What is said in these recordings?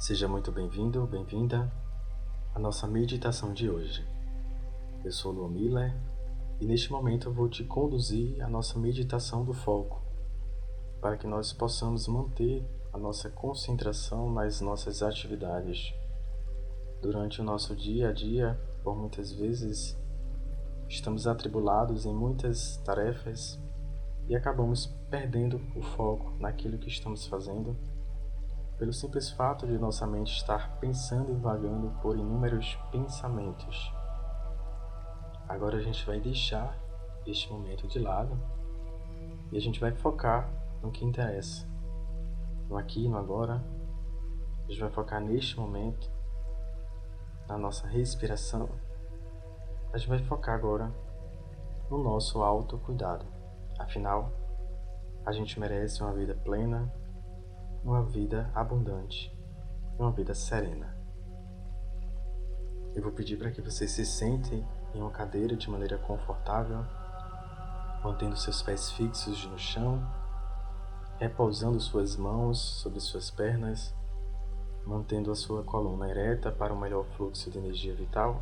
Seja muito bem-vindo, bem-vinda à nossa meditação de hoje. Eu sou Luan Miller e neste momento eu vou te conduzir à nossa meditação do foco, para que nós possamos manter a nossa concentração nas nossas atividades. Durante o nosso dia a dia, por muitas vezes, estamos atribulados em muitas tarefas e acabamos perdendo o foco naquilo que estamos fazendo, pelo simples fato de nossa mente estar pensando e vagando por inúmeros pensamentos. Agora a gente vai deixar este momento de lado e a gente vai focar no que interessa, no aqui e no agora. A gente vai focar neste momento, na nossa respiração. A gente vai focar agora no nosso autocuidado. Afinal, a gente merece uma vida plena, uma vida abundante, uma vida serena. Eu vou pedir para que você se sente em uma cadeira de maneira confortável, mantendo seus pés fixos no chão, repousando suas mãos sobre suas pernas, mantendo a sua coluna ereta para um melhor fluxo de energia vital.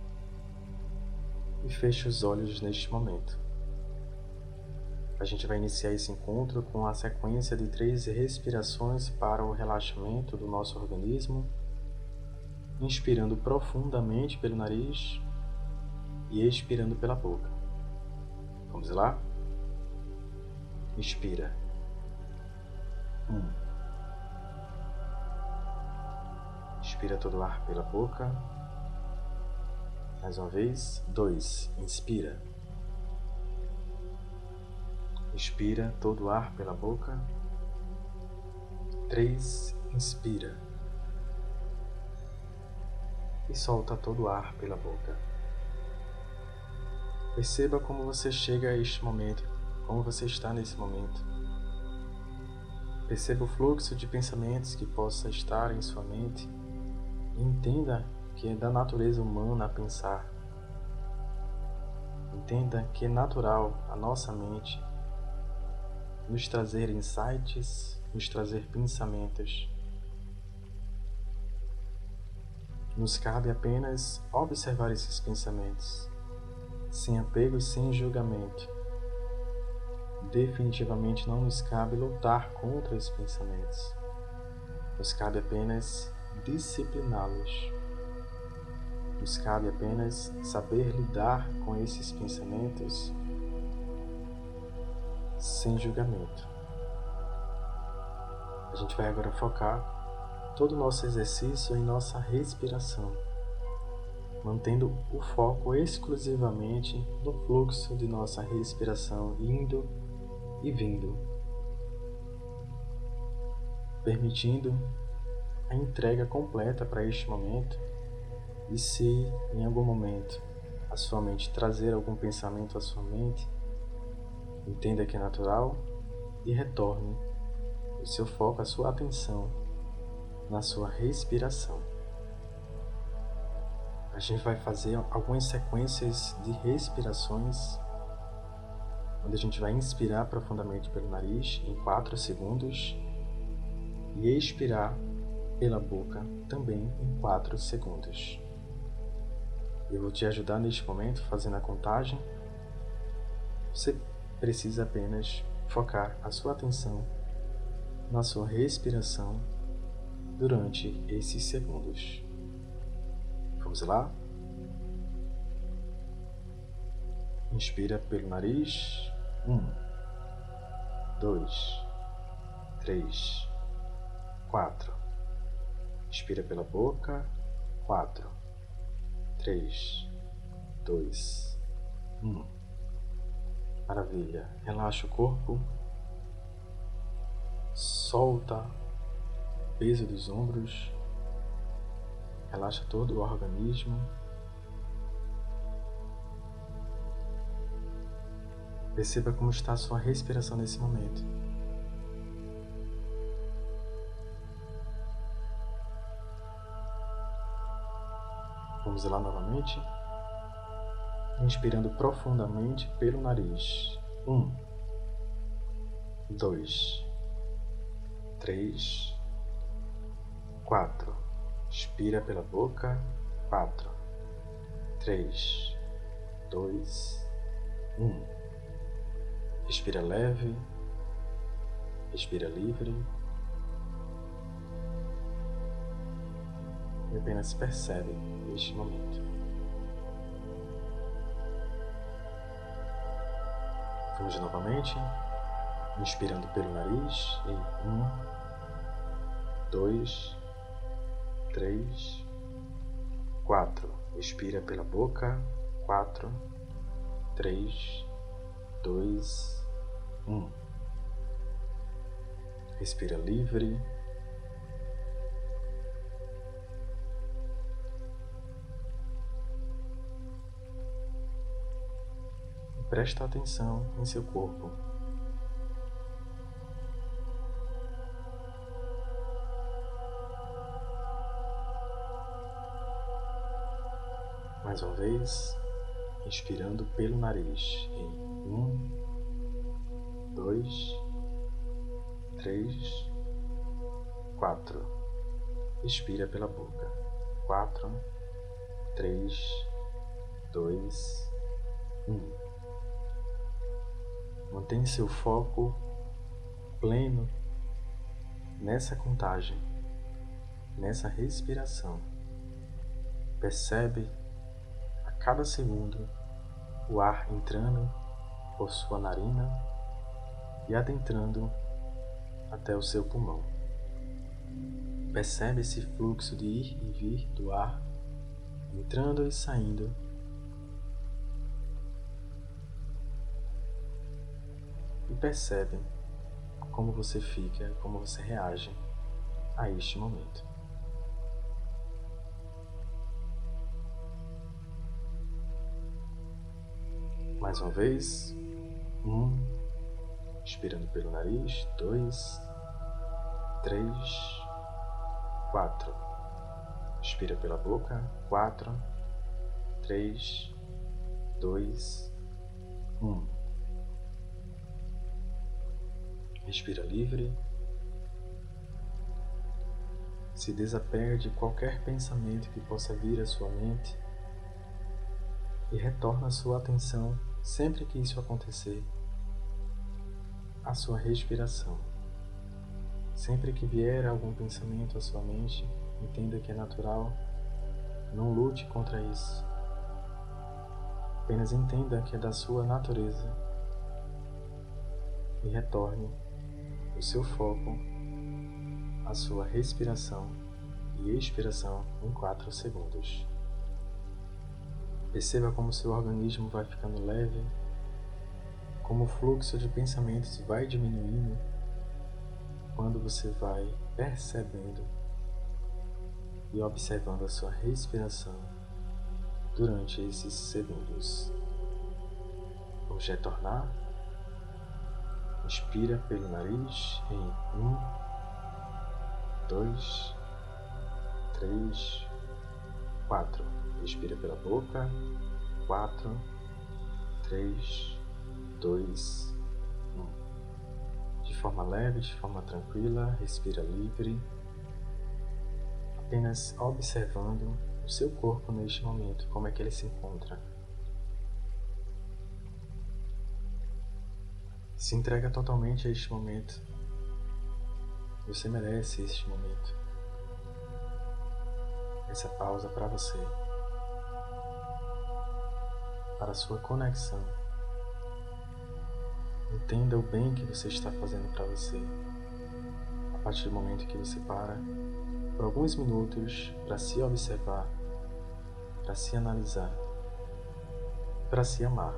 E feche os olhos neste momento. A gente vai iniciar esse encontro com a sequência de 3 respirações para o relaxamento do nosso organismo, inspirando profundamente pelo nariz e expirando pela boca. Vamos lá? Inspira. 1. Inspira todo o ar pela boca. Mais uma vez. 2. Inspira. Expira todo o ar pela boca. 3. Inspira. E solta todo o ar pela boca. Perceba como você chega a este momento, como você está nesse momento. Perceba o fluxo de pensamentos que possa estar em sua mente e entenda que é da natureza humana pensar. Entenda que é natural a nossa mente nos trazer insights, nos trazer pensamentos. Nos cabe apenas observar esses pensamentos, sem apego e sem julgamento. Definitivamente não nos cabe lutar contra esses pensamentos. Nos cabe apenas discipliná-los. Nos cabe apenas saber lidar com esses pensamentos sem julgamento. A gente vai agora focar todo o nosso exercício em nossa respiração, mantendo o foco exclusivamente no fluxo de nossa respiração indo e vindo, permitindo a entrega completa para este momento. E se em algum momento a sua mente trazer algum pensamento à sua mente, entenda que é natural e retorne o seu foco, a sua atenção na sua respiração. A gente vai fazer algumas sequências de respirações, onde a gente vai inspirar profundamente pelo nariz em 4 segundos e expirar pela boca também em 4 segundos. Eu vou te ajudar neste momento fazendo a contagem. Você precisa apenas focar a sua atenção na sua respiração durante esses segundos. Vamos lá? Inspira pelo nariz. 1, 2, 3, 4. Inspira pela boca. 4, 3, 2, 1. Maravilha. Relaxa o corpo. Solta o peso dos ombros. Relaxa todo o organismo. Perceba como está a sua respiração nesse momento. Vamos lá novamente. Inspirando profundamente pelo nariz. 1, 2, 3, 4. Expira pela boca. 4, 3, 2, 1. Respira leve. Respira livre. E apenas percebe este momento. Vamos novamente. Inspirando pelo nariz em 1, 2, 3, 4. Expira pela boca. 4, 3, 2, 1. Respira livre. E presta atenção em seu corpo. Mais uma vez, inspirando pelo nariz em 1, 2, 3, 4. Expira pela boca. 4, 3, 2, 1. Mantém seu foco pleno nessa contagem, nessa respiração. Percebe a cada segundo o ar entrando por sua narina e adentrando até o seu pulmão. Percebe esse fluxo de ir e vir do ar, entrando e saindo. E percebe como você fica, como você reage a este momento. Mais uma vez. 1, expirando pelo nariz. 2, 3, 4. Expira pela boca. 4, 3, 2, 1. Respira livre. Se desapega de qualquer pensamento que possa vir à sua mente e retorna a sua atenção, sempre que isso acontecer, à sua respiração. Sempre que vier algum pensamento à sua mente, entenda que é natural, não lute contra isso. Apenas entenda que é da sua natureza e retorne o seu foco à sua respiração e expiração em 4 segundos. Perceba como seu organismo vai ficando leve, como o fluxo de pensamentos vai diminuindo quando você vai percebendo e observando a sua respiração durante esses segundos. Vamos retornar. Inspira pelo nariz em 1, 2, 3, 4. Expira pela boca. 4, 3, 2, 1. De forma leve, de forma tranquila, respira livre, apenas observando o seu corpo neste momento, como é que ele se encontra. Se entrega totalmente a este momento. Você merece este momento. Essa pausa para você. Para a sua conexão. Entenda o bem que você está fazendo para você. A partir do momento que você para por alguns minutos para se observar, para se analisar, para se amar.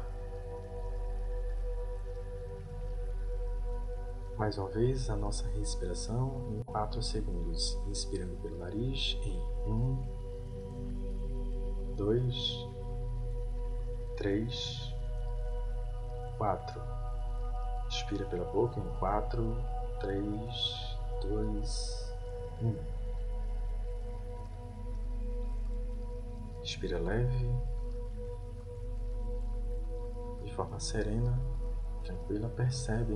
Mais uma vez, a nossa respiração em 4 segundos. Inspirando pelo nariz em 1, 2, 3, 4. Expira pela boca em 4, 3, 2, 1. Expira leve, de forma serena, tranquila, percebe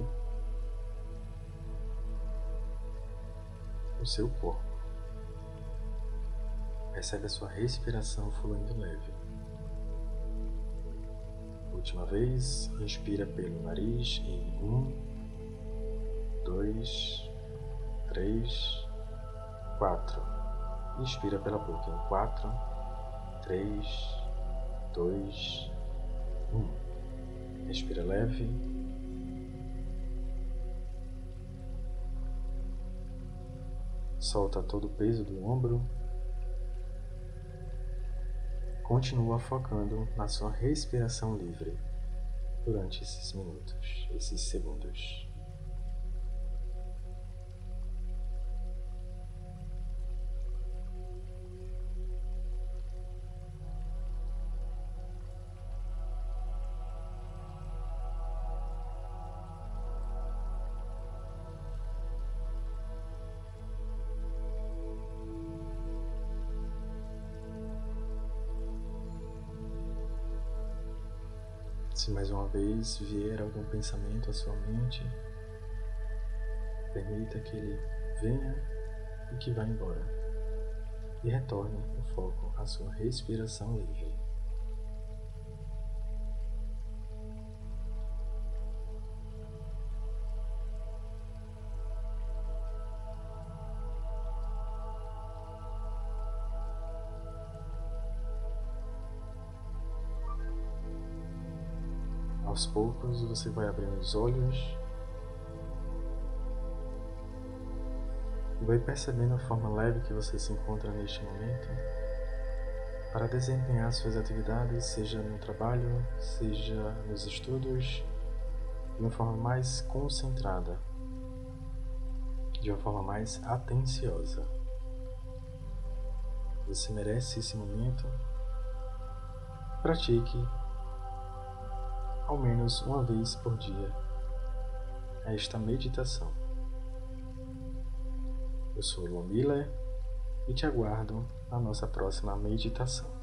o seu corpo. Percebe a sua respiração fluindo leve. Última vez, inspira pelo nariz em 1, 2, 3, 4. Inspira pela boca em 4, 3, 2, 1. Respira leve. Solta todo o peso do ombro. Continua focando na sua respiração livre durante esses minutos, esses segundos. Se mais uma vez vier algum pensamento à sua mente, permita que ele venha e que vá embora. E retorne o foco à sua respiração livre. Aos poucos você vai abrindo os olhos e vai percebendo a forma leve que você se encontra neste momento para desempenhar suas atividades, seja no trabalho, seja nos estudos, de uma forma mais concentrada, de uma forma mais atenciosa. Você merece esse momento. Pratique ao menos uma vez por dia esta meditação. Eu sou Luan Miller e te aguardo na nossa próxima meditação.